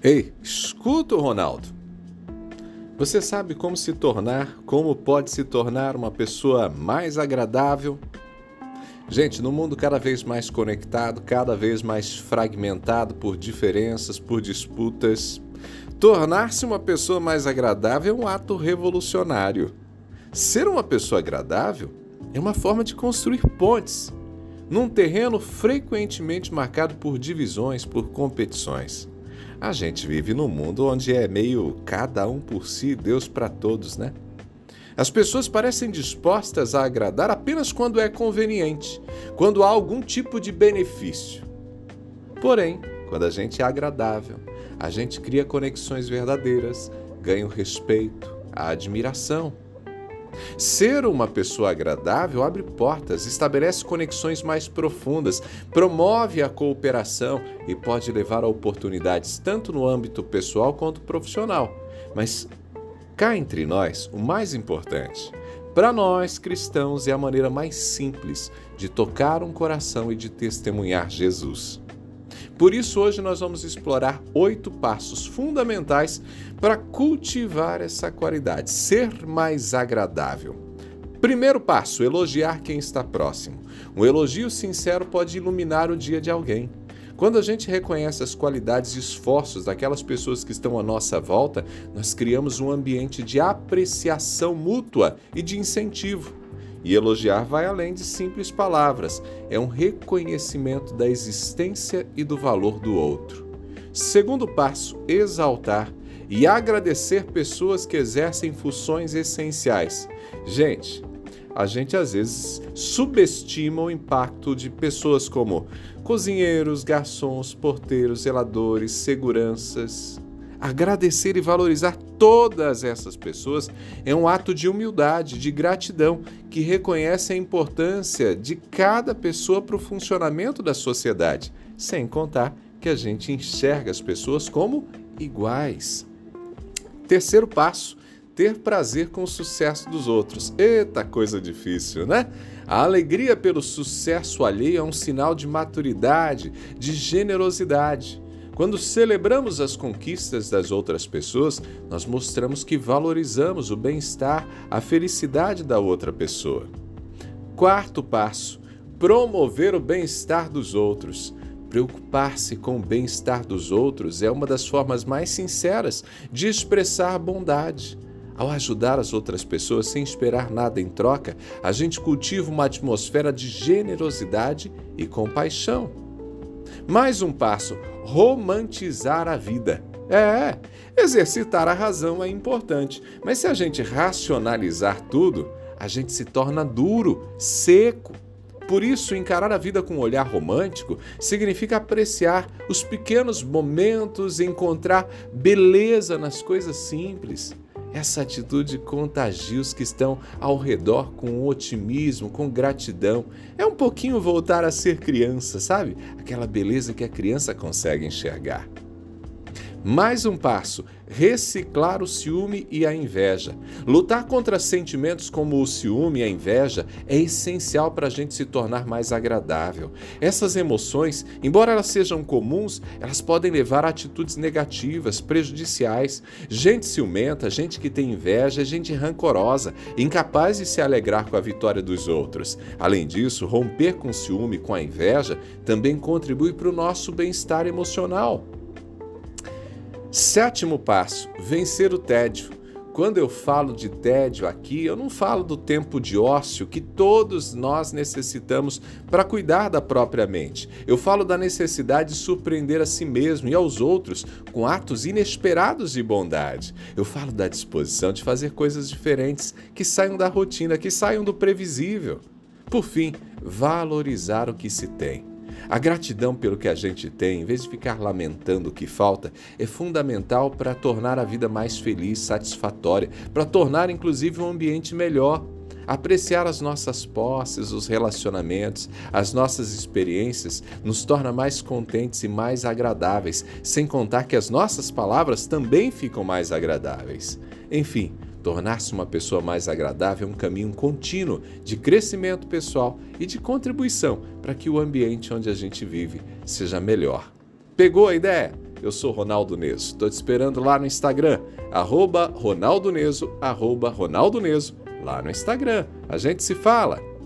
Ei, escuta, Ronaldo. Você sabe como pode se tornar uma pessoa mais agradável? Gente, no mundo cada vez mais conectado, cada vez mais fragmentado por diferenças, por disputas, tornar-se uma pessoa mais agradável é um ato revolucionário. Ser uma pessoa agradável é uma forma de construir pontes, num terreno frequentemente marcado por divisões, por competições. A gente vive num mundo onde é meio cada um por si, Deus para todos, né? As pessoas parecem dispostas a agradar apenas quando é conveniente, quando há algum tipo de benefício. Porém, quando a gente é agradável, a gente cria conexões verdadeiras, ganha o respeito, a admiração. Ser uma pessoa agradável abre portas, estabelece conexões mais profundas, promove a cooperação e pode levar a oportunidades tanto no âmbito pessoal quanto profissional. Mas cá entre nós, o mais importante, para nós cristãos, é a maneira mais simples de tocar um coração e de testemunhar Jesus. Por isso, hoje nós vamos explorar 8 passos fundamentais para cultivar essa qualidade, ser mais agradável. Primeiro passo, elogiar quem está próximo. Um elogio sincero pode iluminar o dia de alguém. Quando a gente reconhece as qualidades e esforços daquelas pessoas que estão à nossa volta, nós criamos um ambiente de apreciação mútua e de incentivo. E elogiar vai além de simples palavras, é um reconhecimento da existência e do valor do outro. Segundo passo, exaltar e agradecer pessoas que exercem funções essenciais. A gente às vezes subestima o impacto de pessoas como cozinheiros, garçons, porteiros, zeladores, seguranças. Agradecer e valorizar todas essas pessoas é um ato de humildade, de gratidão, que reconhece a importância de cada pessoa para o funcionamento da sociedade, sem contar que a gente enxerga as pessoas como iguais. Terceiro passo, ter prazer com o sucesso dos outros. Eita, coisa difícil, né? A alegria pelo sucesso alheio é um sinal de maturidade, de generosidade. Quando celebramos as conquistas das outras pessoas, nós mostramos que valorizamos o bem-estar, a felicidade da outra pessoa. Quarto passo, promover o bem-estar dos outros. Preocupar-se com o bem-estar dos outros é uma das formas mais sinceras de expressar bondade. Ao ajudar as outras pessoas sem esperar nada em troca, a gente cultiva uma atmosfera de generosidade e compaixão. Mais um passo, romantizar a vida. Exercitar a razão é importante, mas se a gente racionalizar tudo, a gente se torna duro, seco. Por isso, encarar a vida com um olhar romântico significa apreciar os pequenos momentos e encontrar beleza nas coisas simples. Essa atitude contagia os que estão ao redor com otimismo, com gratidão. É um pouquinho voltar a ser criança, sabe? Aquela beleza que a criança consegue enxergar. Mais um passo, reciclar o ciúme e a inveja. Lutar contra sentimentos como o ciúme e a inveja é essencial para a gente se tornar mais agradável. Essas emoções, embora elas sejam comuns, elas podem levar a atitudes negativas, prejudiciais. Gente ciumenta, gente que tem inveja, é gente rancorosa, incapaz de se alegrar com a vitória dos outros. Além disso, romper com o ciúme e com a inveja também contribui para o nosso bem-estar emocional. Sétimo passo, vencer o tédio. Quando eu falo de tédio aqui, eu não falo do tempo de ócio que todos nós necessitamos para cuidar da própria mente. Eu falo da necessidade de surpreender a si mesmo e aos outros com atos inesperados de bondade. Eu falo da disposição de fazer coisas diferentes, que saiam da rotina, que saiam do previsível. Por fim, valorizar o que se tem. A gratidão pelo que a gente tem, em vez de ficar lamentando o que falta, é fundamental para tornar a vida mais feliz, satisfatória, para tornar inclusive um ambiente melhor. Apreciar as nossas posses, os relacionamentos, as nossas experiências nos torna mais contentes e mais agradáveis, sem contar que as nossas palavras também ficam mais agradáveis. Enfim, tornar-se uma pessoa mais agradável é um caminho contínuo de crescimento pessoal e de contribuição para que o ambiente onde a gente vive seja melhor. Pegou a ideia? Eu sou Ronaldo Neso. Estou te esperando lá no Instagram, @Ronaldo Neso, @Ronaldo Neso, lá no Instagram. A gente se fala.